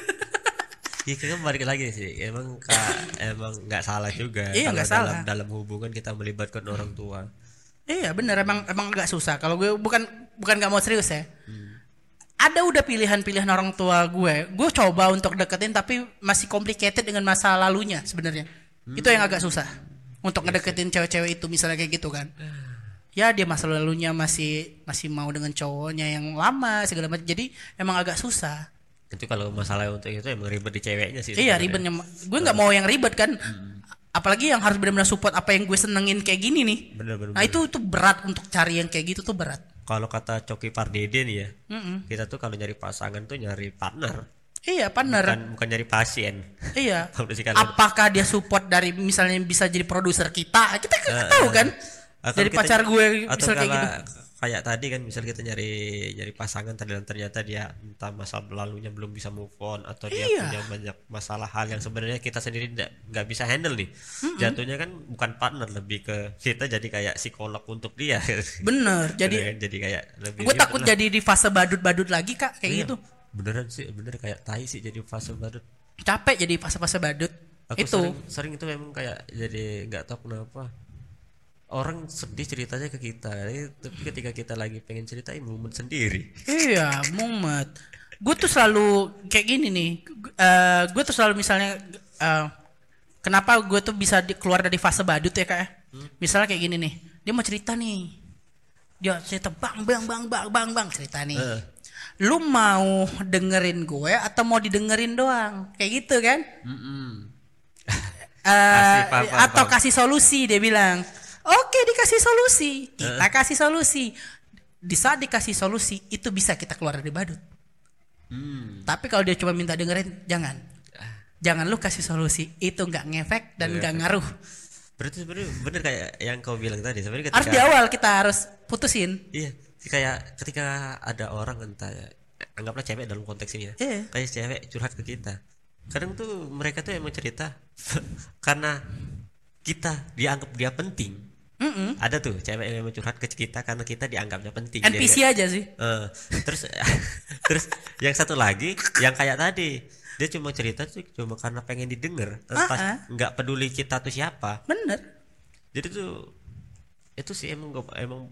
Iya kan balik lagi sih. Emang kak, emang nggak salah juga. Iya, kalau nggak dalam, salah. Dalam hubungan kita melibatkan orang tua. Iya bener, emang emang agak susah. Kalau gue bukan bukan nggak mau serius ya. Hmm. Ada udah pilihan-pilihan orang tua gue. Gue coba untuk deketin tapi masih complicated dengan masa lalunya sebenarnya. Hmm. Itu yang agak susah untuk ngedeketin cewek-cewek itu misalnya kayak gitu kan. Ya dia masa lalunya masih masih mau dengan cowoknya yang lama segala macam. Jadi emang agak susah. Itu kalau masalah untuk itu emang ribet di ceweknya sih. Iya sebenarnya. ribetnya. Gue nggak mau yang ribet kan. Hmm. Apalagi yang harus benar-benar support apa yang gue senengin kayak gini nih. Bener, bener, Nah bener. itu tuh berat untuk cari yang kayak gitu tuh berat. Kalau kata Coki Pardede nih ya, Mm-mm. kita tuh kalau nyari pasangan tuh nyari partner, Iya partner. bukan bukan nyari pasien. Iya. Kalau sih kalau- Apakah dia support dari misalnya bisa jadi produser kita? Kita nggak Eh, tahu kan. Atau Dari kita- pacar gue atau misal kayak kala- gitu. kayak tadi kan misal kita nyari nyari pasangan dan ternyata dia entah masa lalunya belum bisa move on atau dia Iya. punya banyak masalah hal yang sebenarnya kita sendiri nggak nggak bisa handle nih. Jatuhnya kan bukan partner, lebih ke kita jadi kayak psikolog untuk dia. Bener. Jadi Bener kan? jadi kayak lebih gue ribet takut lah. jadi di fase badut-badut lagi kak kayak Iya, gitu. beneran sih, bener kayak tai sih jadi fase badut. Capek jadi fase-fase badut. Aku itu. sering, sering itu memang kayak jadi nggak tahu kenapa orang sedih ceritanya ke kita, eh, tapi ketika kita lagi pengen ceritain momen sendiri. Iya, mumet. Gue tuh selalu kayak gini nih. Uh, gue tuh selalu misalnya, uh, kenapa gue tuh bisa di, keluar dari fase badut ya kak? Ya? Hmm? Misalnya kayak gini nih, dia mau cerita nih, dia cerita bang bang bang bang bang bang cerita nih. Uh. Lu mau dengerin gue atau mau didengerin doang? Kayak gitu kan? Mm-mm. Uh, Asli, paham, paham, atau paham. kasih solusi dia bilang. Oke dikasih solusi, kita uh. kasih solusi. Di saat dikasih solusi itu bisa kita keluar dari badut. Hmm. Tapi kalau dia cuma minta dengerin, jangan, jangan lu kasih solusi, itu nggak ngefek dan nggak ngaruh. Berarti sebenarnya bener kayak yang kau bilang tadi. Sebenarnya ketika Harus di awal kita harus putusin. Iya, kayak ketika ada orang entah ya, anggaplah cewek dalam konteks ini ya, Iya. kayak cewek curhat ke kita. Kadang tuh mereka tuh emang cerita karena kita dianggap dia penting. Mm-mm. Ada tuh cewek yang memang curhat ke kita karena kita dianggapnya penting. N P C Jadi, aja sih. eh, terus terus yang satu lagi yang kayak tadi dia cuma cerita tuh cuma karena pengen didengar, pas nggak peduli kita tuh siapa. Bener. Jadi tuh itu sih emang gua- emang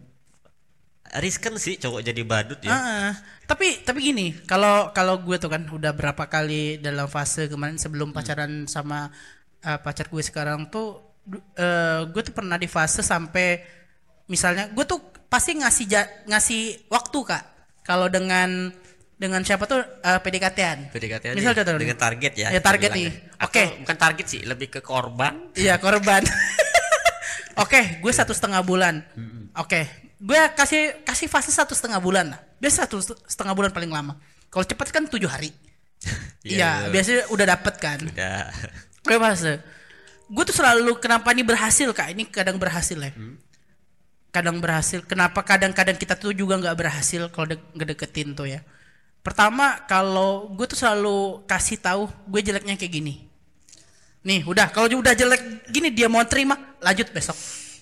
riskan sih cowok jadi badut ya. Uh-uh. Tapi tapi gini, kalau kalau gue tuh kan udah berapa kali dalam fase kemarin sebelum pacaran sama uh, pacar gue sekarang tuh, uh, gue tuh pernah di fase sampai misalnya gue tuh pasti ngasih ja- ngasih waktu kak. Kalau dengan dengan siapa tuh uh, P D K T-an. P D K T-an Misal nih, contoh dengan nih. target ya. Ya target bilangnya. nih. Atau Oke. bukan target sih, lebih ke korban. Iya korban. Oke, gue satu setengah bulan. Oke, gue kasih kasih fase satu setengah bulan lah. Biasa satu setengah bulan paling lama. Kalau cepat kan tujuh hari. Iya, Iya, biasanya udah dapet kan. udah. Gue fase. Gue tuh selalu kenapa ini berhasil kak? Ini kadang berhasil ya. Kadang berhasil. Kenapa kadang-kadang kita tuh juga nggak berhasil kalau de- ngedeketin tuh ya. Pertama, kalau gue tuh selalu kasih tahu gue jeleknya kayak gini. Nih, udah kalau udah jelek gini dia mau terima, lanjut besok.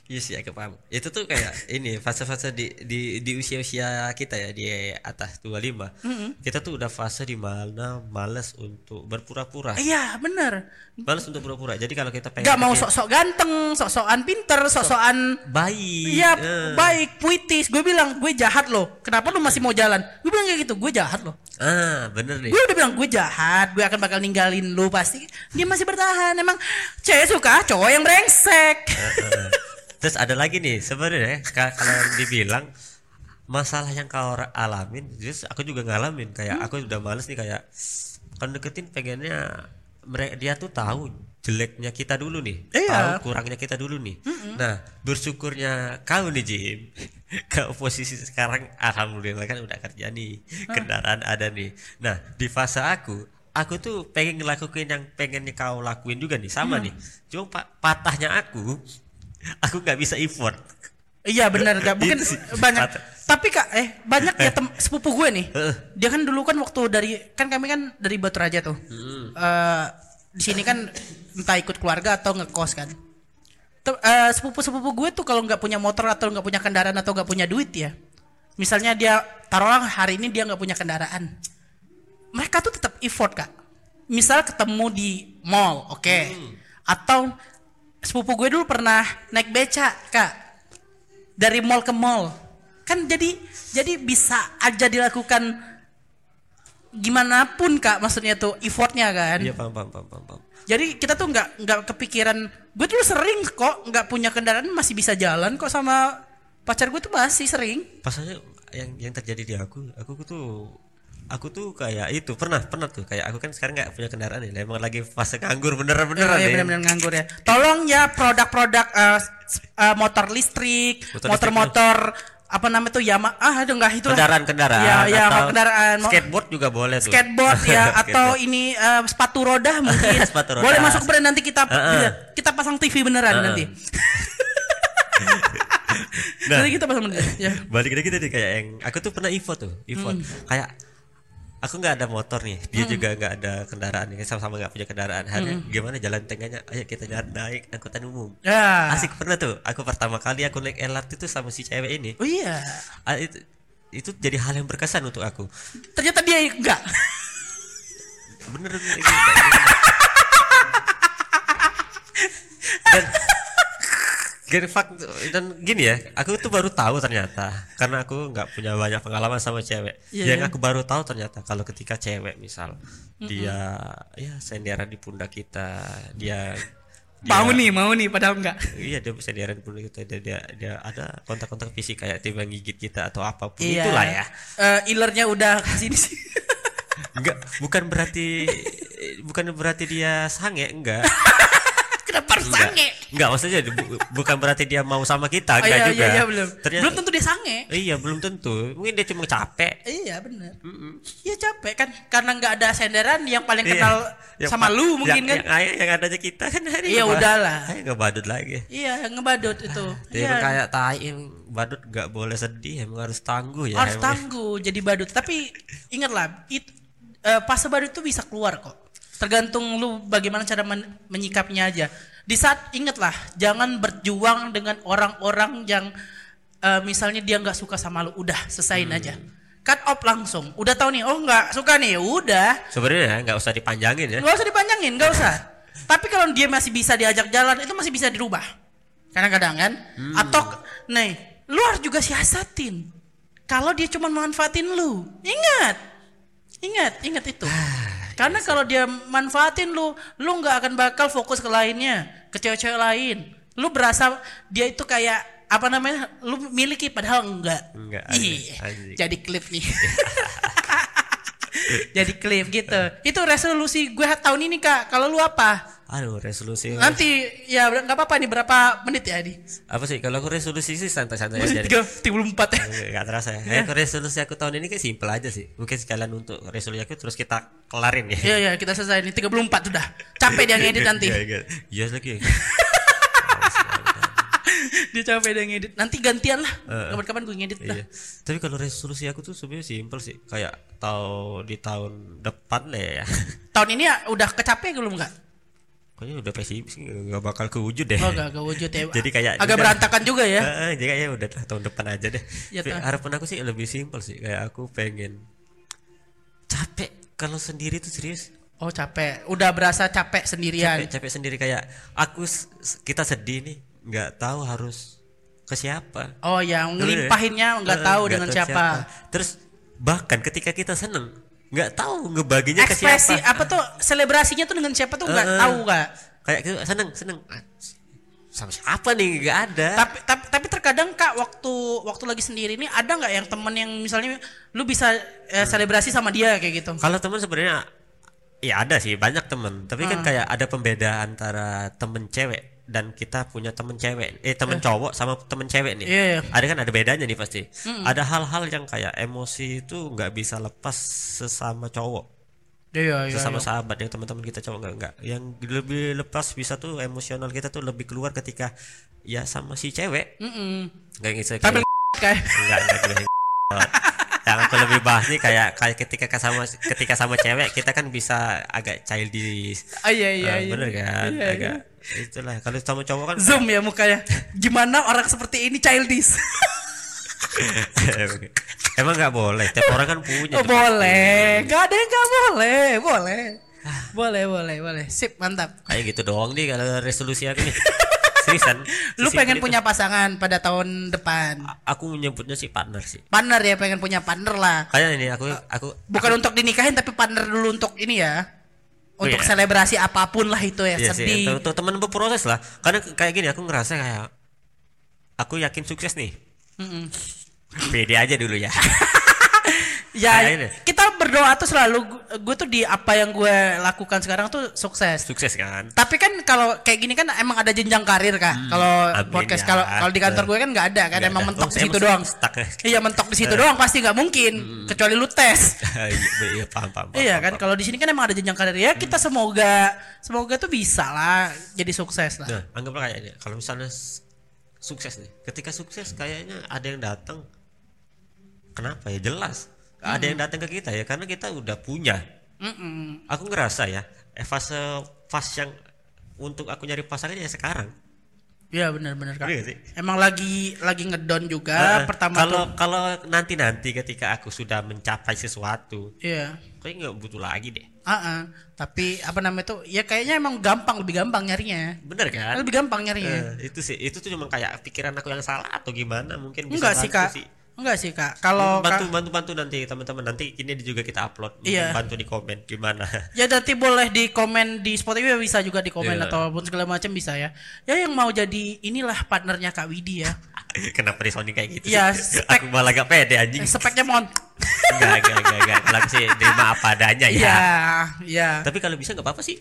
Iya sih, aku paham. Itu tuh kayak ini fase-fase di di di usia-usia kita ya, di atas dua puluh lima. Mm-mm. Kita tuh udah fase di mana malas untuk berpura-pura. Iya bener. Malas untuk pura-pura. Jadi kalau kita pengen Gak mau bikin sok-sok ganteng, sok-sokan pinter, sok-sokan baik. iya eh. baik, puitis. Gue bilang gue jahat loh. Kenapa lu masih mau jalan? Gue bilang kayak gitu, gue jahat loh. Ah, bener nih. Gue udah bilang gue jahat, gue akan bakal ninggalin lu pasti. Dia masih bertahan. Emang cewek suka cowok yang brengsek. Heeh. Terus ada lagi nih sebenarnya ka- kalau dibilang masalah yang kau ra- alamin, terus aku juga ngalamin kayak aku udah males nih kayak kan deketin pengennya mereka dia tuh tahu jeleknya kita dulu nih, Iya. tahu kurangnya kita dulu nih. Nah bersyukurnya kau nih Jim, kau posisi sekarang alhamdulillah kan udah kerja nih, kendaraan ada nih. Nah di fase aku aku tuh pengen ngelakuin yang pengennya kau lakuin juga nih sama nih, cuma pa- patahnya aku aku nggak bisa effort. Iya benar, gak mungkin Itu sih. banyak. Kata- Tapi kak, eh banyak ya tem- sepupu gue nih. Heeh. Dia kan dulu kan waktu dari kan kami kan dari Batu Raja tuh. Eh, di sini kan entah ikut keluarga atau ngekos kan. Tuh, eh, sepupu-sepupu gue tuh kalau nggak punya motor atau nggak punya kendaraan atau nggak punya duit ya. Misalnya dia taruhlah hari ini dia nggak punya kendaraan. Mereka tuh tetap effort kak. Misal ketemu di mall, oke. Atau sepupu gue dulu pernah naik beca kak dari mall ke mall kan jadi jadi bisa aja dilakukan gimana pun kak maksudnya tuh effortnya kan. Iya paham paham paham paham. paham. Jadi kita tuh nggak nggak kepikiran. Gue dulu sering kok nggak punya kendaraan masih bisa jalan kok sama pacar gue tuh masih sering. Pasalnya yang yang terjadi di aku, aku tuh aku tuh kayak itu pernah pernah tuh kayak aku kan sekarang nggak punya kendaraan ya, emang lagi fase nganggur beneran-beneran Oh, ya ya. benar-benar nganggur ya. Tolong ya produk-produk eh, s- eh, motor listrik, Motor motor-motor apa namanya tuh Yamaha, ah aduh enggak itu lah. Kendaraan-kendaraan Ya, ya atau kendaraan. Mo- skateboard juga boleh tuh. skateboard ya atau Skateboard. ini eh, sepatu roda mungkin. Sepatu roda. Boleh masuk brand nanti kita Heeh. kita pasang T V beneran Heeh. nanti. Nah, Nanti kita pasang beneran. Ya. balik lagi tadi kayak yang aku tuh pernah info tuh, info Hmm. kayak aku nggak ada motor nih, dia juga nggak ada kendaraan, nih sama-sama nggak punya kendaraan. Hari gimana jalan tengahnya? Ayo kita jalan naik angkutan umum. Ya. Asik pernah tuh. Aku pertama kali aku naik L R T tuh sama si cewek ini. Oh iya. Ah, itu, itu jadi hal yang berkesan untuk aku. Ternyata dia enggak. Bener bener gitu. dan dan fak- dan gini ya, aku tuh baru tahu ternyata karena aku nggak punya banyak pengalaman sama cewek. Iya, yang iya. aku baru tahu ternyata kalau ketika cewek misal dia ya senderan di pundak kita, dia, dia Mau nih, mau nih padahal enggak. iya dia senderan di pundak kita, dia dia, dia ada kontak-kontak fisik kayak tiba gigit kita atau apapun Iya. itulah ya. Eh, ilernya udah kesini sih. Enggak, bukan berarti bukan berarti dia sange, enggak. Kenapa harus sange? Enggak, maksudnya bu- bukan berarti dia mau sama kita, Oh, enggak iya, juga. iya, iya, belum. Ternyata, Belum tentu dia sange. Iya, belum tentu. Mungkin dia cuma capek. Iya benar. Iya capek kan karena nggak ada senderan yang paling Iya. kenal Yang sama pa- lu mungkin yang, kan. Yang, yang, yang ada aja kita kan hari Iya, ngebad- udahlah. Ayo ngebadut lagi. Iya ngebadut itu. Dia Iya. emang kayak tai em, badut enggak boleh sedih, emang harus tangguh ya. Harus emang. tangguh jadi badut. Tapi ingatlah, it, eh, fase badut itu bisa keluar kok. Tergantung lu bagaimana cara men- menyikapinya aja. Di saat ingatlah, jangan berjuang dengan orang-orang yang eh, misalnya dia nggak suka sama lu, udah selesain Hmm. aja. Cut off langsung. Udah tahu nih, oh nggak suka nih, udah. Sebenarnya nggak usah dipanjangin ya. Nggak usah dipanjangin, nggak usah. Tapi kalau dia masih bisa diajak jalan, itu masih bisa dirubah. Kadang-kadang kan. Atau, nih, lu harus juga siasatin. Kalau dia cuma manfaatin lu, ingat, ingat, ingat itu. Karena kalau dia manfaatin lu, lu nggak akan bakal fokus ke lainnya, ke cewek-cewek lain. Lu berasa dia itu kayak apa namanya, lu miliki padahal enggak. Enggak, anjing, Ih, anjing. jadi klip nih. Jadi klip gitu. Itu resolusi gue tahun ini kak. Kalau lu apa? Aduh, resolusi. Nanti ya nggak apa-apa nih berapa menit ya di? Apa sih kalau aku resolusi sih santai-santai Masih aja. deh. tiga tiga puluh empat ya. Enggak terasa ya. Eh, resolusi aku tahun ini kayak simpel aja sih. Mungkin sekalian untuk resolusi aku terus kita kelarin ya. Iya ya kita selesai nih tiga puluh empat sudah. Capek dia ngedit nanti. Iya, iya. Iya lagi. Dia capek dia ngedit. Nanti gantian lah. Heeh. Kapan-kapan gue ngedit dah. Iya. Tapi kalau resolusi aku tuh sebenarnya simpel sih. Kayak tahu di tahun depan lah ya. Tahun ini ya udah kecape belum enggak? kayaknya udah pesimis nggak bakal kewujud deh. Oh gak kewujud ya. Jadi kayak agak udah, berantakan juga ya. Uh, jadi kayak udah tahun depan aja deh. Ya, harapan aku sih lebih simpel sih, kayak aku pengen capek kalau sendiri tuh serius. Oh capek, udah berasa capek sendirian. Capek, capek sendiri kayak aku kita sedih nih, nggak tahu harus ke siapa. Oh ya, ngelimpahinnya nggak tahu uh, dengan siapa. siapa. Terus bahkan ketika kita seneng nggak tahu ngebaginya ke siapa. Ekspresi apa tuh selebrasinya tuh dengan siapa tuh nggak uh, tahu Kak. Kayak gitu seneng seneng sama siapa nih nggak ada. Tapi, tapi tapi terkadang Kak waktu waktu lagi sendiri nih ada nggak yang temen yang misalnya lu bisa eh, selebrasi sama dia kayak gitu? Kalau temen sebenarnya ya ada sih banyak temen. Tapi uh. kan kayak ada pembeda antara temen cewek dan kita punya temen cewek, eh temen eh. cowok sama temen cewek nih. Yeah, yeah. Ada kan ada bedanya nih pasti. Mm-mm. Ada hal-hal yang kayak emosi itu nggak bisa lepas sesama cowok. Yeah, yeah, sesama yeah. sahabat yang teman-teman kita cowok nggak nggak. Yang lebih lepas bisa tuh emosional kita tuh lebih keluar ketika ya sama si cewek. Nggak gitu kayak. Kayak. Enggak enggak. Yang aku lebih bahas nih kayak kayak ketika sama ketika sama cewek kita kan bisa agak childish. Oh iya iya. Uh, iya. Bener kan? Iya, agak iya. Itulah kalau sama cowok kan zoom ya mukanya. Gimana orang seperti ini childish? Emang nggak boleh. Tiap orang kan punya. Oh, boleh. Gak ada yang nggak boleh. Boleh. Boleh boleh boleh. Sip mantap. Kayak gitu doang nih kalau resolusi aku nih. Seriusan. Lu pengen punya pasangan pada tahun depan? Aku menyebutnya sih partner sih. Partner ya, pengen punya partner lah. Kayak ini aku aku bukan aku, untuk dinikahin tapi partner dulu untuk ini ya. Untuk oh iya. selebrasi apapun lah itu ya, iya sedih. Sih, untuk teman berproses lah. Karena kayak gini aku ngerasa kayak aku yakin sukses nih. Mm-mm. Pede aja dulu ya. Ya kita berdoa tuh selalu, gue tuh di apa yang gue lakukan sekarang tuh sukses. Sukses kan. Tapi kan kalau kayak gini kan emang ada jenjang karir Kak. Hmm, kalau podcast kalau ya. Kalau di kantor gue kan nggak ada kan, gak emang ada. Mentok oh, di situ doang. Iya mentok di situ doang pasti nggak mungkin. Hmm. Kecuali lu tes. Iya paham paham. paham iya kan kalau di sini kan emang ada jenjang karir ya. Kita hmm. semoga semoga tuh bisa lah jadi sukses lah. Nah anggaplah kayak ini. Kalau misalnya sukses nih, ketika sukses kayaknya ada yang datang. Kenapa ya jelas. Ada yang datang ke kita ya karena kita udah punya. Mm-mm. Aku ngerasa ya fase fase yang untuk aku nyari pasangannya ya sekarang. Iya benar-benar Kak. Iya sih? Emang lagi lagi ngedon juga uh, pertama kalau tuh. Kalau nanti-nanti ketika aku sudah mencapai sesuatu. Iya. Kayaknya nggak butuh lagi deh. Uh-uh. Tapi apa namanya tuh ya kayaknya emang gampang lebih gampang nyarinya. Bener kan? Lebih gampang nyarinya. Uh, itu sih itu tuh cuma kayak pikiran aku yang salah atau gimana mungkin bisa. Enggak sih Kak. Sih. Enggak sih Kak. Kalau bantu bantu bantu nanti teman-teman nanti ini juga kita upload. Iya. Bantu di komen gimana. Ya nanti boleh di komen di Spotify bisa juga di komen yeah. ataupun segala macam bisa ya. Ya yang mau jadi inilah partnernya Kak Widi ya. Kenapa di Sony kayak gitu? Ya, spek, aku malah gak pede anjing. Speknya mon. Enggak enggak enggak enggak. Kalau sih terima apa adanya ya. Iya, iya. Tapi kalau bisa enggak apa-apa sih.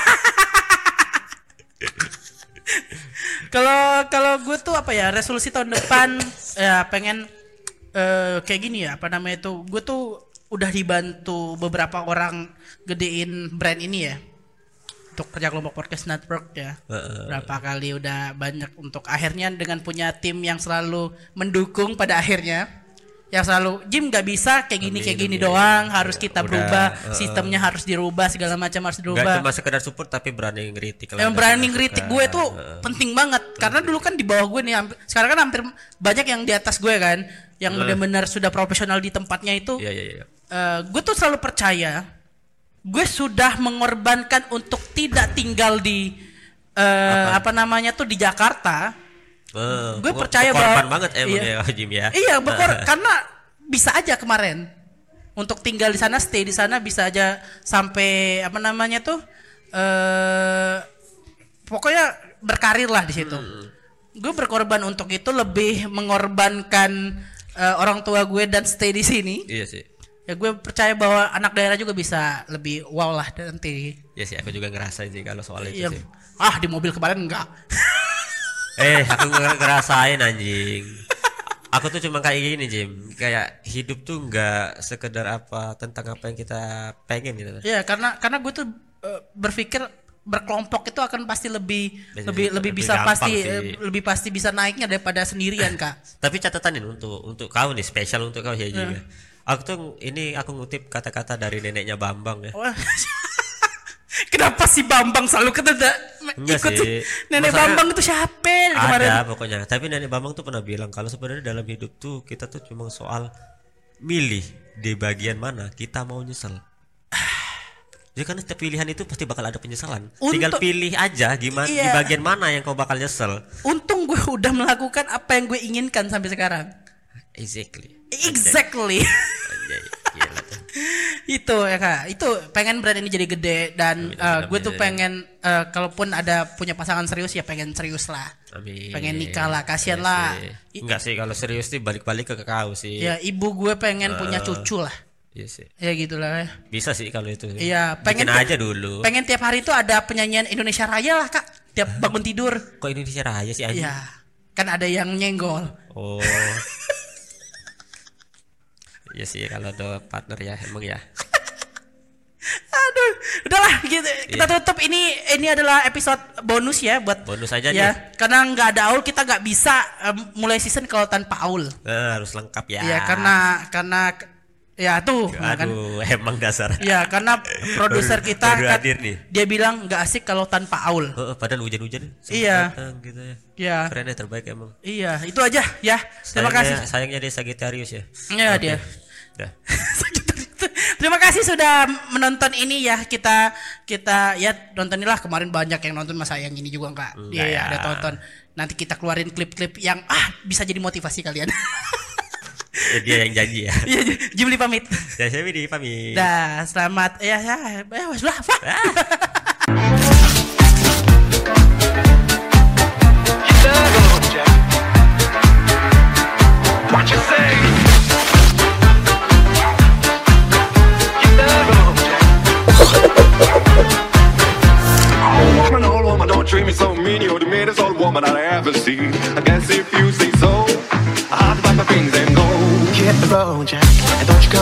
Kalau kalau gue tuh apa ya resolusi tahun depan ya pengen Uh, kayak gini ya apa namanya itu gue tuh udah dibantu beberapa orang gedein brand ini ya untuk kerja kelompok podcast network ya uh, berapa kali udah banyak untuk akhirnya dengan punya tim yang selalu mendukung pada akhirnya yang selalu Jim nggak bisa kayak gini amin, kayak gini amin. Doang harus kita udah, berubah uh, sistemnya harus dirubah segala macam harus dirubah nggak cuma sekedar support tapi berani ngeritik yang berani ngeritik gue tuh uh, penting banget karena dulu kan di bawah gue nih hampir, sekarang kan hampir banyak yang di atas gue kan yang uh, benar-benar sudah profesional di tempatnya itu iya, iya, iya. Uh, gue tuh selalu percaya gue sudah mengorbankan untuk tidak tinggal di uh, apa? apa namanya tuh di Jakarta. Uh, gue percaya bahwa banget emang iya, ya Jim ya. Iya, bekor karena bisa aja kemarin untuk tinggal di sana, stay di sana bisa aja sampai apa namanya tuh eh pokoknya berkarir lah di situ. Hmm. Gue berkorban untuk itu lebih mengorbankan uh, orang tua gue dan stay di sini. Iya sih. Ya gue percaya bahwa anak daerah juga bisa lebih wow lah nanti. Iya sih, aku juga ngerasain sih kalau soal itu iya. sih. Ah, di mobil kemarin enggak. Eh, aku ngerasain anjing. Aku tuh cuma kayak gini, Jim. Kayak hidup tuh enggak sekedar apa tentang apa yang kita pengen gitu. Iya, karena karena gue tuh uh, berpikir berkelompok itu akan pasti lebih lebih lebih, lebih bisa pasti sih. lebih pasti bisa naiknya daripada sendirian, Kak. Tapi catatan ini untuk untuk kau nih, spesial untuk kau ya juga. Uh. Aku tuh ini aku ngutip kata-kata dari neneknya Bambang ya. Kenapa si Bambang selalu keteda Enggak ikut sih. Nenek Masalahnya Bambang itu siapa kemarin? Ada pokoknya. Tapi Nenek Bambang tuh pernah bilang kalau sebenarnya dalam hidup tuh kita tuh cuma soal milih di bagian mana kita mau nyesel. Jadi kan setiap pilihan itu pasti bakal ada penyesalan. Untuk, Tinggal pilih aja gimana iya. di bagian mana yang kau bakal nyesel. Untung gue udah melakukan apa yang gue inginkan sampai sekarang. Exactly. Exactly. Anjay, gila tuh. Itu ya kak, itu pengen brand ini jadi gede dan Amin, uh, amin, gue tuh amin. pengen uh, kalaupun ada punya pasangan serius ya pengen serius lah. Amin. Pengen nikah lah, kasihan Iya lah. sih. Enggak sih kalau serius sih balik-balik ke kau sih. Ya ibu gue pengen punya cucu lah. Iya sih. Ya gitulah. Bisa sih kalau itu. Iya, pengen pengen aja dulu. Pengen tiap hari tuh ada penyanyian Indonesia Raya lah kak. Tiap bangun tidur. Kok Indonesia Raya sih anjing? Iya. Kan ada yang nyenggol. Oh. Iya sih kalau ada partner ya emang ya. Aduh, udahlah gitu. Kita Iya. tutup ini ini adalah episode bonus ya buat Bonus aja ya. nih. Karena nggak ada Aul kita nggak bisa um, mulai season kalau tanpa Aul. Nah, harus lengkap ya. Iya karena karena ya tuh nah kan. Aduh, emang dasar. Ya karena produser Baru- kita baru kan, hadir nih. dia bilang nggak asik kalau tanpa Aul. Oh, padahal hujan-hujan sempet Iya. datang gitu ya. Iya. Keren ya, terbaik emang. Iya, itu aja ya. Terima Sayangnya- kasih. Sayangnya dia Sagittarius ya. Ya Oke. dia. Udah. Terima kasih sudah menonton ini ya. Kita kita ya nontonilah kemarin banyak yang nonton masa yang ini juga enggak. Enggak Iya ya, ya. ada tonton. Nanti kita keluarin klip-klip yang ah bisa jadi motivasi kalian. Ya, dia yang janji ya. Iya, Jimli pamit. Dan saya Widi pamit. Dah, selamat ya ya. Eh, sudah. Ah. What you say? Oh, woman, old woman, don't treat me so mean. You're the meanest old woman I ever seen. I guess if you say so, I'll pack my things and go. Hit the road, Jack, and don't you come